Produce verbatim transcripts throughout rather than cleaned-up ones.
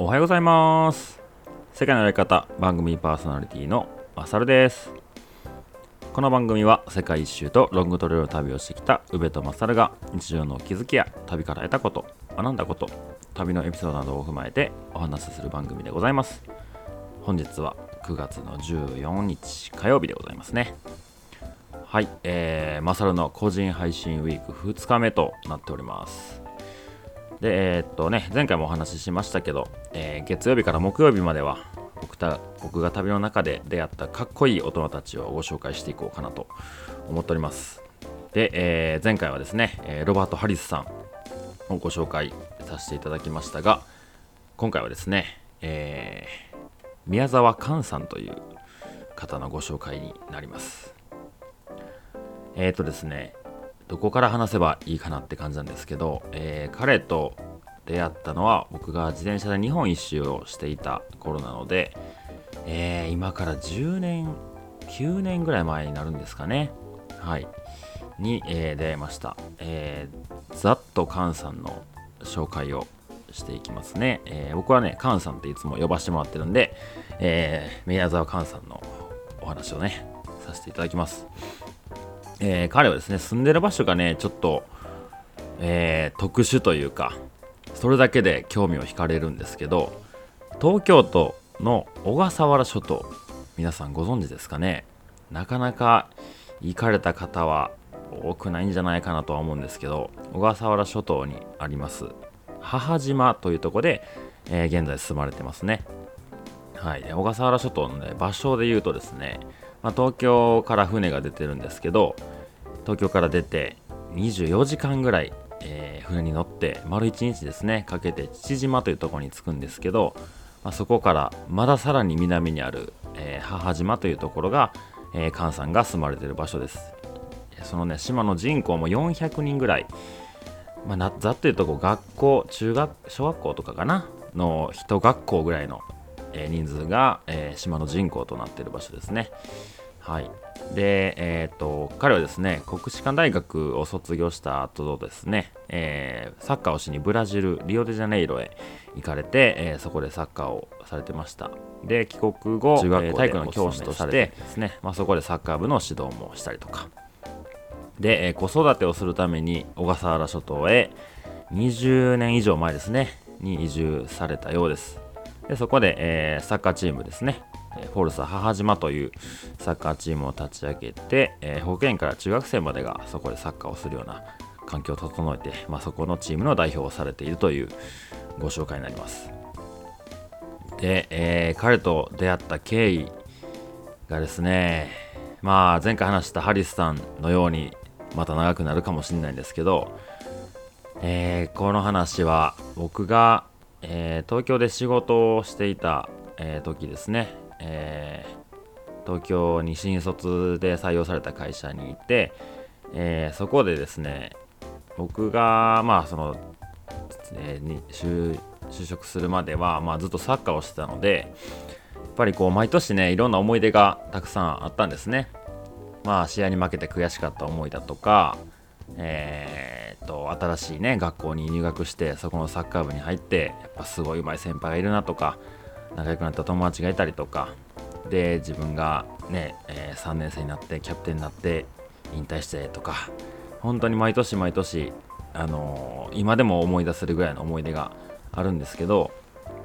おはようございます。世界のやり方番組パーソナリティのマサルです。この番組は世界一周とロングトレイル旅をしてきた宇部とマサルが日常の気づきや旅から得たこと、学んだこと、旅のエピソードなどを踏まえてお話しする番組でございます。本日はくがつのじゅうよっか火曜日でございますね。はい、えー、マサルの個人配信ウィークふつかめとなっております。で、えー、っとね、前回もお話ししましたけど、えー、月曜日から木曜日までは僕た僕が旅の中で出会ったかっこいい大人たちをご紹介していこうかなと思っております。で、えー、前回はですね、えー、ロバート・ハリスさんをご紹介させていただきましたが、今回はですね、えー、宮沢寛さんという方のご紹介になります。えーとですね、どこから話せばいいかなって感じなんですけど、えー、彼と出会ったのは僕が自転車で日本一周をしていた頃なので、えー、今からじゅうねんきゅうねんぐらい前になるんですかね。はいに、えー、出会いました。えー、ざっとカンさんの紹介をしていきますね。えー、僕はねカンさんっていつも呼ばせてもらってるんで、えー、宮沢カンさんのお話をねさせていただきます。えー、彼はですね住んでる場所がねちょっと、えー、特殊というか、それだけで興味を惹かれるんですけど、東京都の小笠原諸島、皆さんご存知ですかね。なかなか行かれた方は多くないんじゃないかなとは思うんですけど、小笠原諸島にあります母島というところで、えー、現在住まれてますね。はい、小笠原諸島の、ね、場所で言うとですね、まあ、東京から船が出てるんですけど、東京から出てにじゅうよじかんぐらい、えー、船に乗って丸いちにちですねかけて父島というところに着くんですけど、まあ、そこからまださらに南にある、えー、母島というところが、えー、菅さんが住まれている場所です。そのね島の人口もよんひゃくにんぐらい、まあ、なざっというとこ学校中学小学校とかかなの一学校ぐらいの、えー、人数が、えー、島の人口となっている場所ですね。はい。で、えーと、彼はですね、国士舘大学を卒業した後ですね、えー、サッカーをしにブラジル、リオデジャネイロへ行かれて、えー、そこでサッカーをされてました。で、帰国後、中学校で体育の教師としてですね、まあ、そこでサッカー部の指導もしたりとか。で、えー、子育てをするために小笠原諸島へにじゅうねん以上前ですね、に移住されたようです。で、そこで、えー、サッカーチームですね、フォルサ母島というサッカーチームを立ち上げて、えー、保育園から中学生までがそこでサッカーをするような環境を整えて、まあ、そこのチームの代表をされているというご紹介になります。で、えー、彼と出会った経緯がですね、まあ前回話したハリスさんのようにまた長くなるかもしれないんですけど、えー、この話は僕が、えー、東京で仕事をしていた、えー、時ですね、えー、東京に新卒で採用された会社にいて、えー、そこでですね僕がまあその、えー、に 就, 就職するまでは、まあ、ずっとサッカーをしてたので、やっぱりこう毎年ねいろんな思い出がたくさんあったんですね。まあ試合に負けて悔しかった思いだとか、えー、と新しいね学校に入学してそこのサッカー部に入ってやっぱすごい上手い先輩がいるなとか、仲良くなった友達がいたりとかで、自分がね、えー、さんねん生になってキャプテンになって引退してとか、本当に毎年毎年、あのー、今でも思い出せるぐらいの思い出があるんですけど、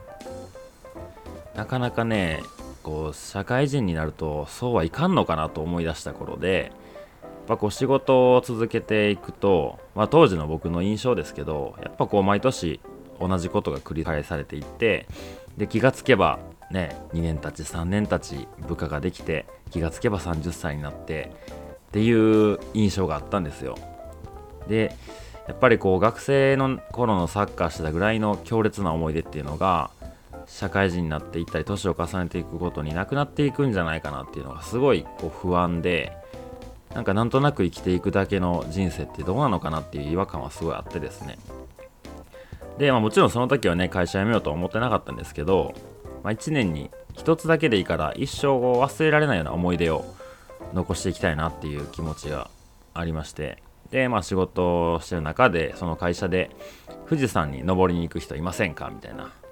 なかなかねこう社会人になるとそうはいかんのかなと思い出した頃で、やっぱこう仕事を続けていくと、まあ、当時の僕の印象ですけど、やっぱこう毎年同じことが繰り返されていって、で気がつけばねにねん経ちさんねん経ち部下ができて、気がつけばさんじゅっさいになってっていう印象があったんですよ。でやっぱりこう学生の頃のサッカーしてたぐらいの強烈な思い出っていうのが社会人になっていったり年を重ねていくごとになくなっていくんじゃないかなっていうのがすごいこう不安で、なんかなんとなく生きていくだけの人生ってどうなのかなっていう違和感はすごいあってですね。で、まあ、もちろんその時はね会社辞めようとは思ってなかったんですけど、まあ、いちねんにひとつだけでいいから一生忘れられないような思い出を残していきたいなっていう気持ちがありまして、で、まあ、仕事をしてる中でその会社で富士山に登りに行く人いませんかみたいな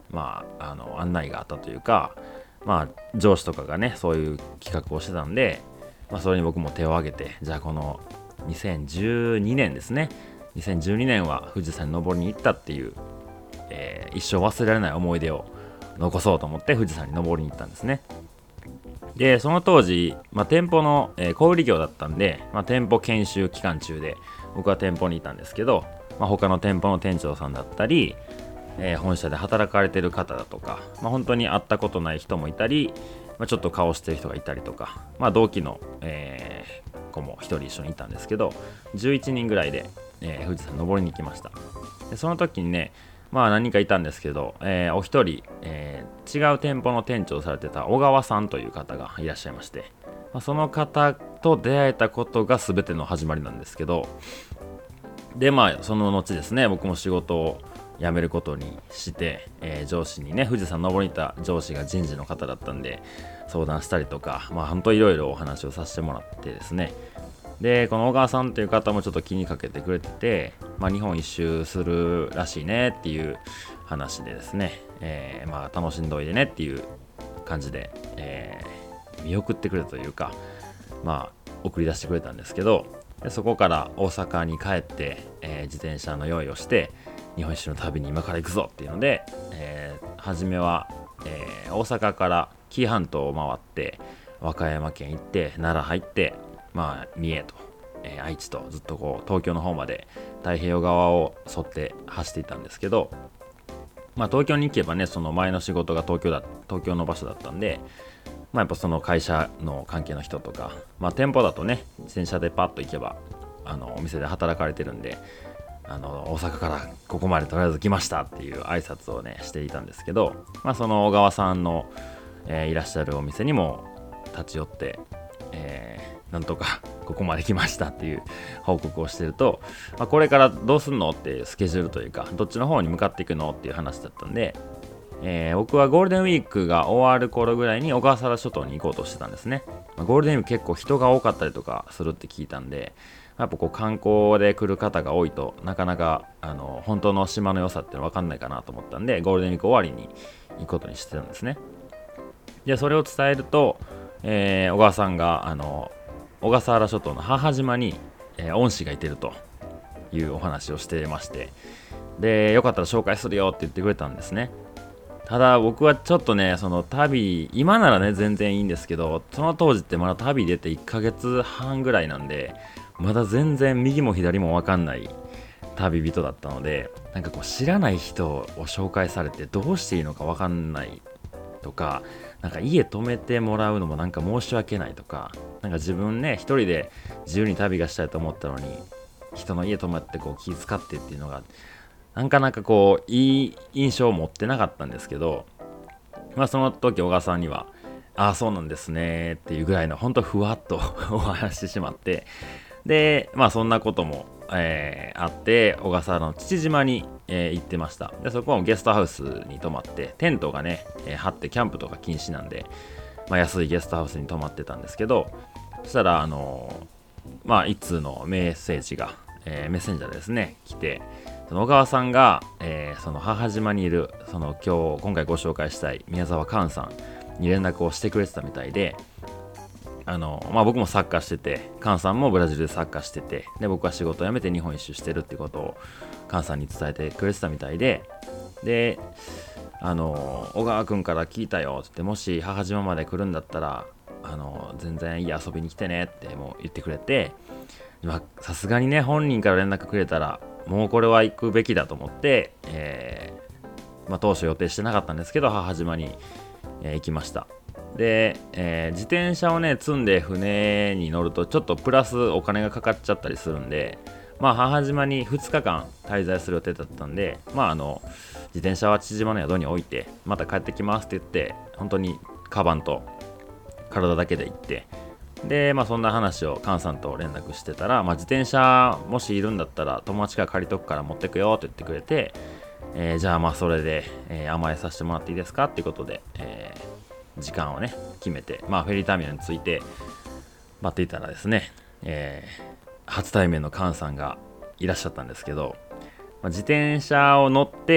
まあ、あの案内があったというか、まあ、上司とかがねそういう企画をしてたんで、まあ、それに僕も手を挙げて、じゃあこのにせんじゅうにねんですね、にせんじゅうにねんは富士山に登りに行ったっていう、えー一生忘れられない思い出を残そうと思って富士山に登りに行ったんですね。でその当時、まあ、店舗の、えー小売業だったんで、まあ、店舗研修期間中で僕は店舗にいたんですけど、まあ、他の店舗の店長さんだったり、えー本社で働かれてる方だとか、まあ、本当に会ったことない人もいたり、まあ、ちょっと顔してる人がいたりとか、まあ、同期の、えー子も一人一緒にいたんですけど、じゅういちにんぐらいで、えー富士山登りに行きました。でその時にね、まあ何人かいたんですけど、えーお一人、えー違う店舗の店長をされてた小川さんという方がいらっしゃいまして、まあ、その方と出会えたことが全ての始まりなんですけど、でまあその後ですね、僕も仕事を辞めることにして、えー上司にね、富士山登りに行った上司が人事の方だったんで相談したりとか、まあ本当いろいろお話をさせてもらってですね、でこの小川さんという方もちょっと気にかけてくれてて、まあ、日本一周するらしいねっていう話でですね、えーまあ楽しんどいでねっていう感じで、えー見送ってくれたというか、まあ送り出してくれたんですけど、でそこから大阪に帰って、えー自転車の用意をして日本一周の旅に今から行くぞっていうので、えー初めは、えー大阪から紀伊半島を回って和歌山県行って奈良入って、まあ三重と、えー愛知とずっとこう東京の方まで太平洋側を沿って走っていたんですけど、まあ東京に行けばね、その前の仕事が東京だ東京の場所だったんで、まあやっぱその会社の関係の人とか、まあ店舗だとね自転車でパッと行けばあのお店で働かれてるんで、あの大阪からここまでとりあえず来ましたっていう挨拶をねしていたんですけど、まあその小川さんの、えーいらっしゃるお店にも立ち寄って、えーなんとかここまで来ましたっていう報告をしてると、まあ、これからどうすんのっていうスケジュールというか、どっちの方に向かっていくのっていう話だったんで、えー僕はゴールデンウィークが終わる頃ぐらいに小笠原諸島に行こうとしてたんですね。まあゴールデンウィーク結構人が多かったりとかするって聞いたんで、やっぱこう観光で来る方が多いとなかなかあの本当の島の良さって分かんないかなと思ったんで、ゴールデンウィーク終わりに行くことにしてたんですね。でそれを伝えると、えー小川さんがあの小笠原諸島の母島に、えー恩師がいてるというお話をしてまして、でよかったら紹介するよって言ってくれたんですね。ただ僕はちょっとね、その旅今ならね全然いいんですけど、その当時ってまだ旅出ていっかげつはんぐらいなんで、まだ全然右も左も分かんない旅人だったので、なんかこう知らない人を紹介されてどうしていいのか分かんないとか、なんか家泊めてもらうのもなんか申し訳ないとか、なんか自分ね一人で自由に旅がしたいと思ったのに人の家泊まってこう気遣ってっていうのがなかなかこういい印象を持ってなかったんですけど、まあその時小川さんにはああそうなんですねっていうぐらいの本当ふわっとお話ししてしまって、でまあそんなことも、えーあって小笠原の父島に、えー行ってました。でそこもゲストハウスに泊まって、テントがね、えー張ってキャンプとか禁止なんで、まあ、安いゲストハウスに泊まってたんですけど、そしたらあのーまあ一通のメッセージが、えーメッセンジャーでですね来て、その小川さんが、えーその母島にいるその今日今回ご紹介したい宮沢寛さんに連絡をしてくれてたみたいで、あのまあ、僕もサッカーしてて、菅さんもブラジルでサッカーしてて、で僕は仕事を辞めて日本一周してるってことを菅さんに伝えてくれてたみたいで、であの小川君から聞いたよって言って、もし母島まで来るんだったらあの全然いい遊びに来てねってもう言ってくれて、さすがにね本人から連絡くれたらもうこれは行くべきだと思って、えーまあ、当初予定してなかったんですけど母島に、えー行きました。で、えー自転車をね積んで船に乗るとちょっとプラスお金がかかっちゃったりするんで、まあ母島にふつかかん滞在する予定だったんで、まああの自転車は父島の宿に置いてまた帰ってきますって言って、本当にカバンと体だけで行って、でまあそんな話を菅さんと連絡してたら、まあ、自転車もしいるんだったら友達から借りとくから持ってくよって言ってくれて、えーじゃあまあそれで、えー甘えさせてもらっていいですかっていうことで、えー時間をね決めて、まあフェリーターミナルに着いて待っていたらですね、えー初対面の菅さんがいらっしゃったんですけど、まあ、自転車を乗って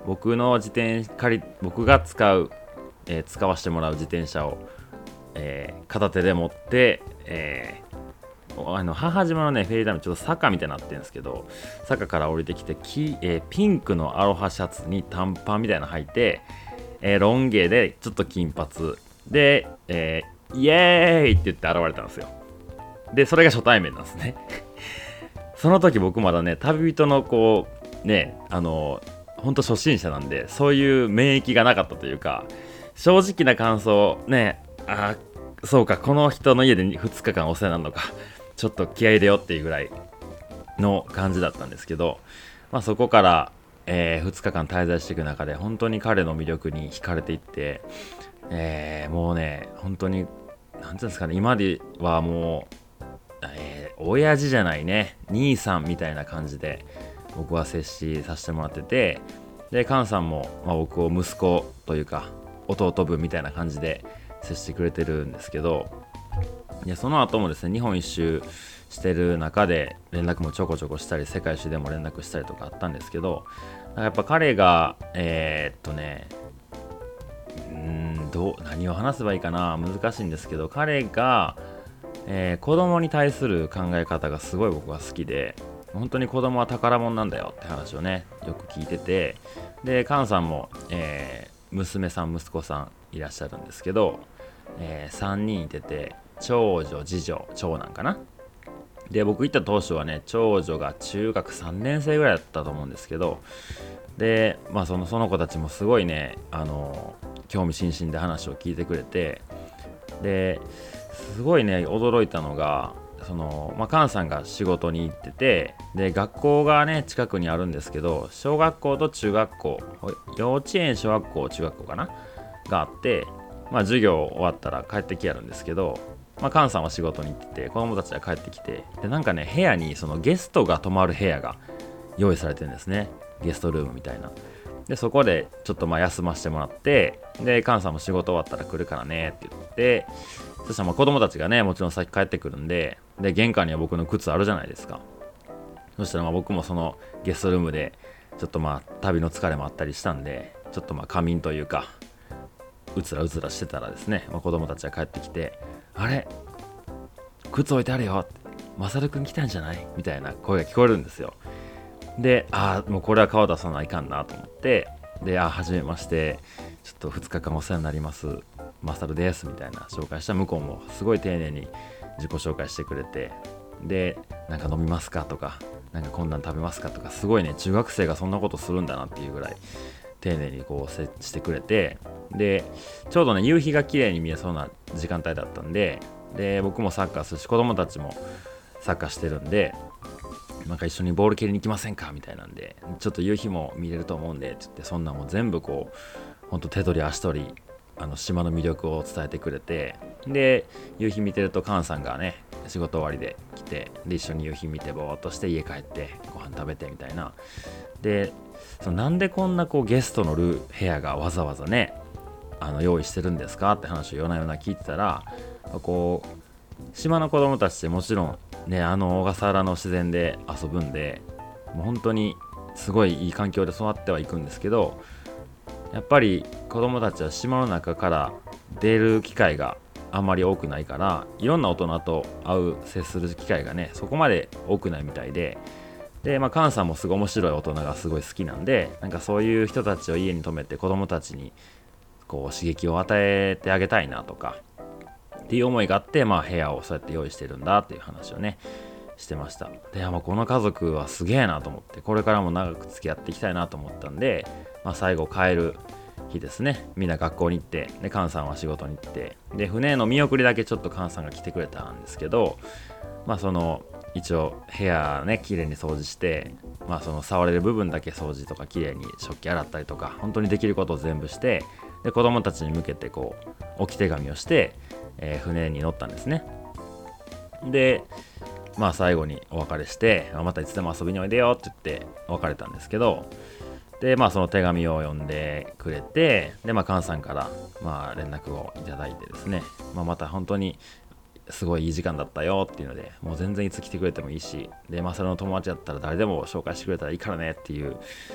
僕の自転借り僕が使う、えー使わせてもらう自転車を、えー片手で持って、えーあの母島のねフェリーダムちょっと坂みたいになってるんですけど、坂から降りてきてき、えーピンクのアロハシャツに短パンみたいなの履いて、えーロン毛でちょっと金髪で、えーイエーイって言って現れたんですよ。でそれが初対面なんですね。その時僕まだね旅人のこうねあの本当初心者なんで、そういう免疫がなかったというか、正直な感想ね、あそうかこの人の家でふつかかんお世話になるのか、ちょっと気合い入れよっていうぐらいの感じだったんですけど、まあ、そこから、えーふつかかん滞在していく中で本当に彼の魅力に惹かれていって、えーもうね本当になんていうんですかね、今ではもう、えー親父じゃないね兄さんみたいな感じで僕は接しさせてもらってて、で菅さんも、まあ、僕を息子というか弟分みたいな感じで接してくれてるんですけど、いやその後もですね日本一周してる中で連絡もちょこちょこしたり、世界一周でも連絡したりとかあったんですけど、やっぱ彼がえーっとねうーんどう何を話せばいいかな、難しいんですけど、彼が、えー子供に対する考え方がすごい僕は好きで、本当に子供は宝物なんだよって話をねよく聞いてて、で菅さんも、えー娘さん息子さんいらっしゃるんですけど、えーさんにんいてて、長女次女長男かな。で僕行った当初はね長女が中学さんねん生ぐらいだったと思うんですけど、でまあそのその子たちもすごいねあの興味津々で話を聞いてくれて、ですごいね驚いたのが、そのまあ菅さんが仕事に行ってて、で学校がね近くにあるんですけど、小学校と中学校、幼稚園小学校中学校かながあって、まあ授業終わったら帰ってきやるんですけど、まあ菅さんは仕事に行ってて子供たちは帰ってきて、でなんかね部屋にそのゲストが泊まる部屋が用意されてるんですね、ゲストルームみたいな。でそこでちょっとまあ休ませてもらって、で菅さんも仕事終わったら来るからねって言って、そしたらまあ子供たちがねもちろん先帰ってくるんで、で玄関には僕の靴あるじゃないですか。そしたらまあ僕もそのゲストルームでちょっとまあ旅の疲れもあったりしたんで、ちょっとまあ仮眠というかうつらうつらしてたらですね、まあ、子供たちが帰ってきて、あれ靴置いてあるよって、マサルくん来たんじゃないみたいな声が聞こえるんですよ。で、ああもうこれは顔出さないかんなと思って、で、あはじめまして、ちょっとふつかかんお世話になりますマサルですみたいな紹介したら、向こうもすごい丁寧に自己紹介してくれて、で、なんか飲みますかとか、なんかこんなん食べますかとか、すごいね中学生がそんなことするんだなっていうぐらい丁寧にこう接してくれて、でちょうどね夕日が綺麗に見えそうな時間帯だったんで、で僕もサッカーするし子供たちもサッカーしてるんで、なんか一緒にボール蹴りに行きませんかみたいなんで、ちょっと夕日も見れると思うんでって言って、そんなんも全部こうほんと手取り足取りあの島の魅力を伝えてくれて、で夕日見てると菅さんがね仕事終わりで来て、で一緒に夕日見てぼーっとして家帰ってご飯食べてみたいな。でそのなんでこんなこうゲストのル部屋がわざわざねあの用意してるんですかって話を夜な夜な聞いてたら、こう島の子供たちってもちろんねあの小笠原の自然で遊ぶんで、もう本当にすごいいい環境で育ってはいくんですけど、やっぱり子供たちは島の中から出る機会があんまり多くないから、いろんな大人と会う接する機会がねそこまで多くないみたいで、でまあ菅さんもすごい面白い大人がすごい好きなんで、なんかそういう人たちを家に泊めて子供たちにこう刺激を与えてあげたいなとかっていう思いがあって、まあ部屋をそうやって用意してるんだっていう話をねしてました。で、まあこの家族はすげえなと思って、これからも長く付き合っていきたいなと思ったんで、まあ、最後帰る日ですね、みんな学校に行って、で菅さんは仕事に行って、で船の見送りだけちょっと菅さんが来てくれたんですけど、まあその一応部屋ね綺麗に掃除して、まあその触れる部分だけ掃除とか綺麗に食器洗ったりとか本当にできることを全部して、で子供たちに向けてこう置き手紙をして、えー船に乗ったんですね。でまあ最後にお別れして、またいつでも遊びにおいでよって言って別れたんですけど、でまあその手紙を読んでくれて、でまあ菅さんからまあ連絡をいただいてですね、まあ、また本当にすごいいい時間だったよっていうので、もう全然いつ来てくれてもいいし、でまあそれの友達だったら誰でも紹介してくれたらいいからねっていう、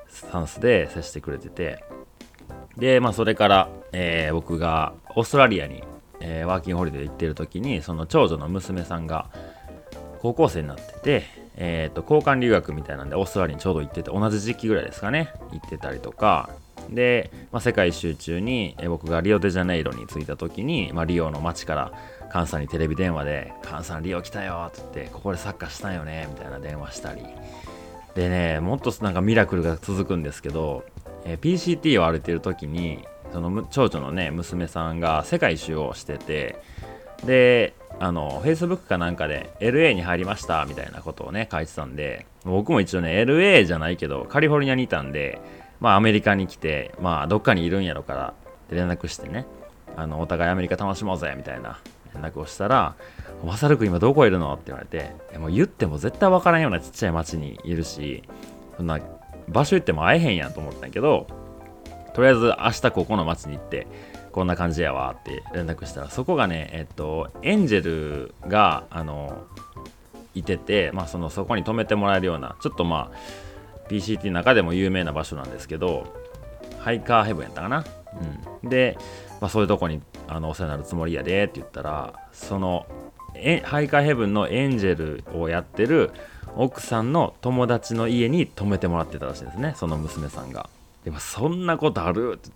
スタンスで接してくれてて、でまあそれから、えー、僕がオーストラリアに、えー、ワーキングホリデー行ってる時に、その長女の娘さんが高校生になってて、えー、と交換留学みたいなんでオーストラリアにちょうど行ってて、同じ時期ぐらいですかね、行ってたりとかで、まあ、世界一周中に、えー、僕がリオデジャネイロに着いた時に、まあ、リオの街からカンさんにテレビ電話でカンさんリオ来たよって言って、ここでサッカーしたんよねみたいな電話したりでね、もっとなんかミラクルが続くんですけど、えー、ピーシーティー を歩いてる時に、その長女のね娘さんが世界一周をしてて、であの Facebook かなんかで エルエー に入りましたみたいなことをね書いてたんで、僕も一応ね エルエー じゃないけどカリフォルニアにいたんで、まあアメリカに来て、まあどっかにいるんやろからって連絡してね、あのお互いアメリカ楽しもうぜみたいな連絡をしたら、マサル君今どこいるのって言われて、もう言っても絶対分からんようなちっちゃい町にいるし、そんな場所行っても会えへんやんと思ったんやけど、とりあえず明日ここの町に行ってこんな感じやわって連絡したら、そこがね、えっとエンジェルがあのいてて、まあそのそこに泊めてもらえるような、ちょっとまあ ピーシーティー の中でも有名な場所なんですけど、ハイカーヘブンやったかな、うん、で、まあ、そういうとこにあのお世話になるつもりやでって言ったら、そのえハイカーヘブンのエンジェルをやってる奥さんの友達の家に泊めてもらってたらしいですね、その娘さんが。でもそんなことあるって言って、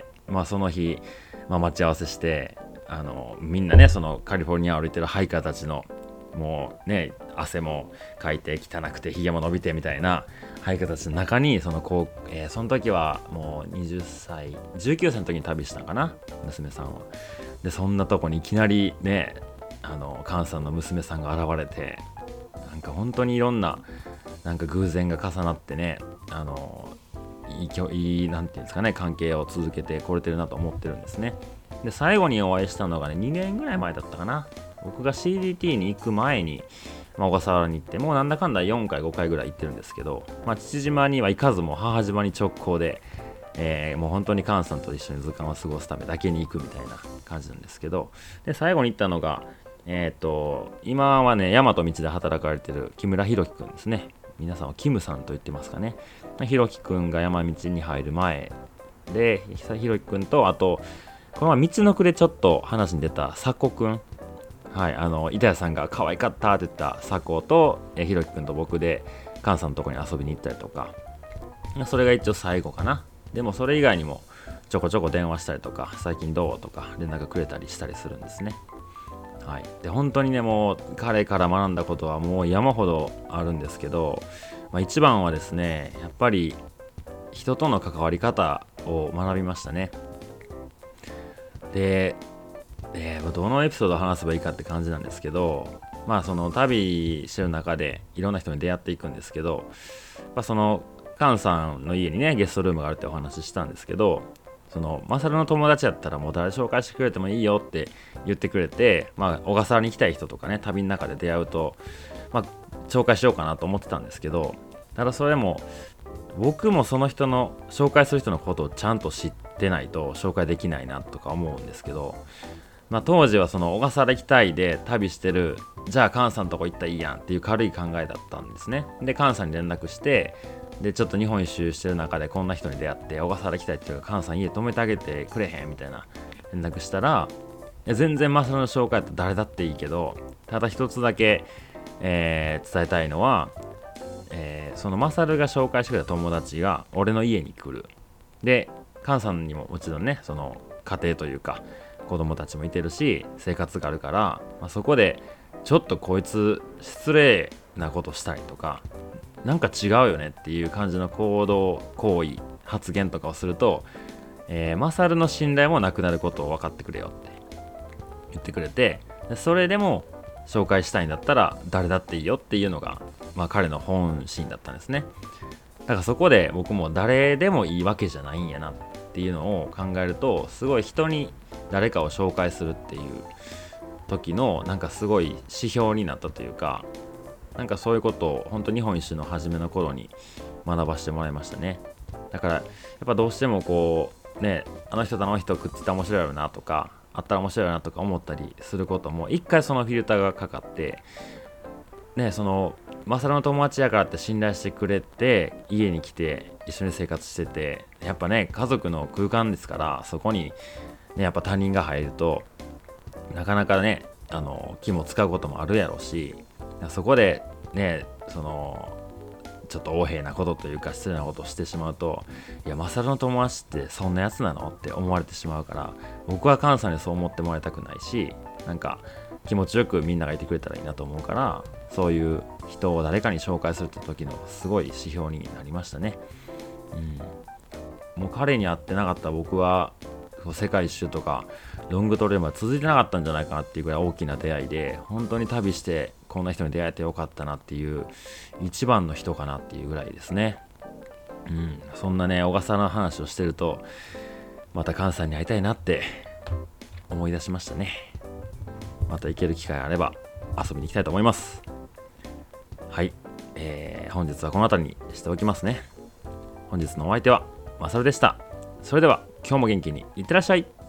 まあ、その日、まあ、待ち合わせして、あのみんなね、そのカリフォルニアを歩いてるハイカーたちのもうね、汗もかいて汚くてひげも伸びてみたいなハイカーたちの中に、その子、えー、その時はもうにじゅっさいじゅうきゅうさいの時に旅したのかな、娘さんは。でそんなとこにいきなりね、あのカンさんの娘さんが現れて、なんか本当にいろんななんか偶然が重なってね、あのいい, いいなんていうんですかね、関係を続けてこれてるなと思ってるんですね。で最後にお会いしたのがね、にねんぐらい前だったかな。僕が シーディーティー に行く前に、まあ、小笠原に行って、もうなんだかんだよんかいごかいぐらい行ってるんですけど、まあ、父島には行かずも母島に直行で、えー、もう本当にカンさんと一緒に時間を過ごすためだけに行くみたいな感じなんですけど、で最後に行ったのが、えっ、ー、と今はね大和道で働かれてる木村弘樹くんですね。皆さんはキムさんと言ってますかね。弘樹くんが山道に入る前で、弘樹くんと、あとこの道のくでちょっと話に出た佐子くん、はい、あの板谷さんが可愛かったって言った佐子と、え弘樹くんと僕で菅さんのとこに遊びに行ったりとか、それが一応最後かな。でもそれ以外にもちょこちょこ電話したりとか、最近どうとか連絡くれたりしたりするんですね。はい、で本当にね、もう彼から学んだことはもう山ほどあるんですけど、まあ、一番はですね、やっぱり人との関わり方を学びましたね。で、えー、どのエピソードを話せばいいかって感じなんですけど、まあその旅してる中でいろんな人に出会っていくんですけど、まあ、その菅さんの家にねゲストルームがあるってお話ししたんですけど、そのマサルの友達やったらもう誰紹介してくれてもいいよって言ってくれて、まあ小笠原に行きたい人とかね、旅の中で出会うと、まあ紹介しようかなと思ってたんですけど、ただそれも僕もその人の紹介する人のことをちゃんと知ってないと紹介できないなとか思うんですけど、まあ、当時はその小笠原行きたいで旅してる、じゃあ菅さんのとこ行ったらいいやんっていう軽い考えだったんですね。で菅さんに連絡して、でちょっと日本一周してる中でこんな人に出会って、小笠原行きたいって言うから菅さん家泊めてあげてくれへんみたいな連絡したら、全然マサルの紹介って誰だっていいけど、ただ一つだけ、えー、伝えたいのは、えー、そのマサルが紹介してくれた友達が俺の家に来る。で菅さんにももちろんね、その家庭というか子供たちもいてるし生活があるから、まあ、そこでちょっとこいつ失礼なことしたりとか、なんか違うよねっていう感じの行動行為発言とかをすると、えー、マサルの信頼もなくなることを分かってくれよって言ってくれて、それでも紹介したいんだったら誰だっていいよっていうのが、まあ、彼の本心だったんですね。だからそこで僕も誰でもいいわけじゃないんやなっていうのを考えると、すごい人に誰かを紹介するっていう時のなんかすごい指標になったというか、なんかそういうことを本当日本一周の初めの頃に学ばせてもらいましたね。だからやっぱどうしてもこうね、あの人とあの人くっついて面白いやろなとか、あったら面白いなとか思ったりすることも、一回そのフィルターがかかってね、そのマサルの友達やからって信頼してくれて家に来て一緒に生活してて、やっぱね家族の空間ですから、そこにねやっぱ他人が入るとなかなかねあの気も使うこともあるやろうし、そこでねそのちょっと横柄なことというか失礼なことをしてしまうと、いやマサルの友達ってそんなやつなのって思われてしまうから、僕は菅さんにそう思ってもらいたくないし、なんか気持ちよくみんながいてくれたらいいなと思うから、そういう人を誰かに紹介するって時のすごい指標になりましたね。うん、もう彼に会ってなかったら僕は世界一周とかロングトレームは続いてなかったんじゃないかなっていうぐらい大きな出会いで、本当に旅してこんな人に出会えてよかったなっていう一番の人かなっていうぐらいですね。うん、そんなね小笠原の話をしてるとまた菅さんに会いたいなって思い出しましたね。また行ける機会があれば遊びに行きたいと思います。はい、えー、本日はこの辺りにしておきますね。本日のお相手はマサルでした。それでは今日も元気にいってらっしゃい。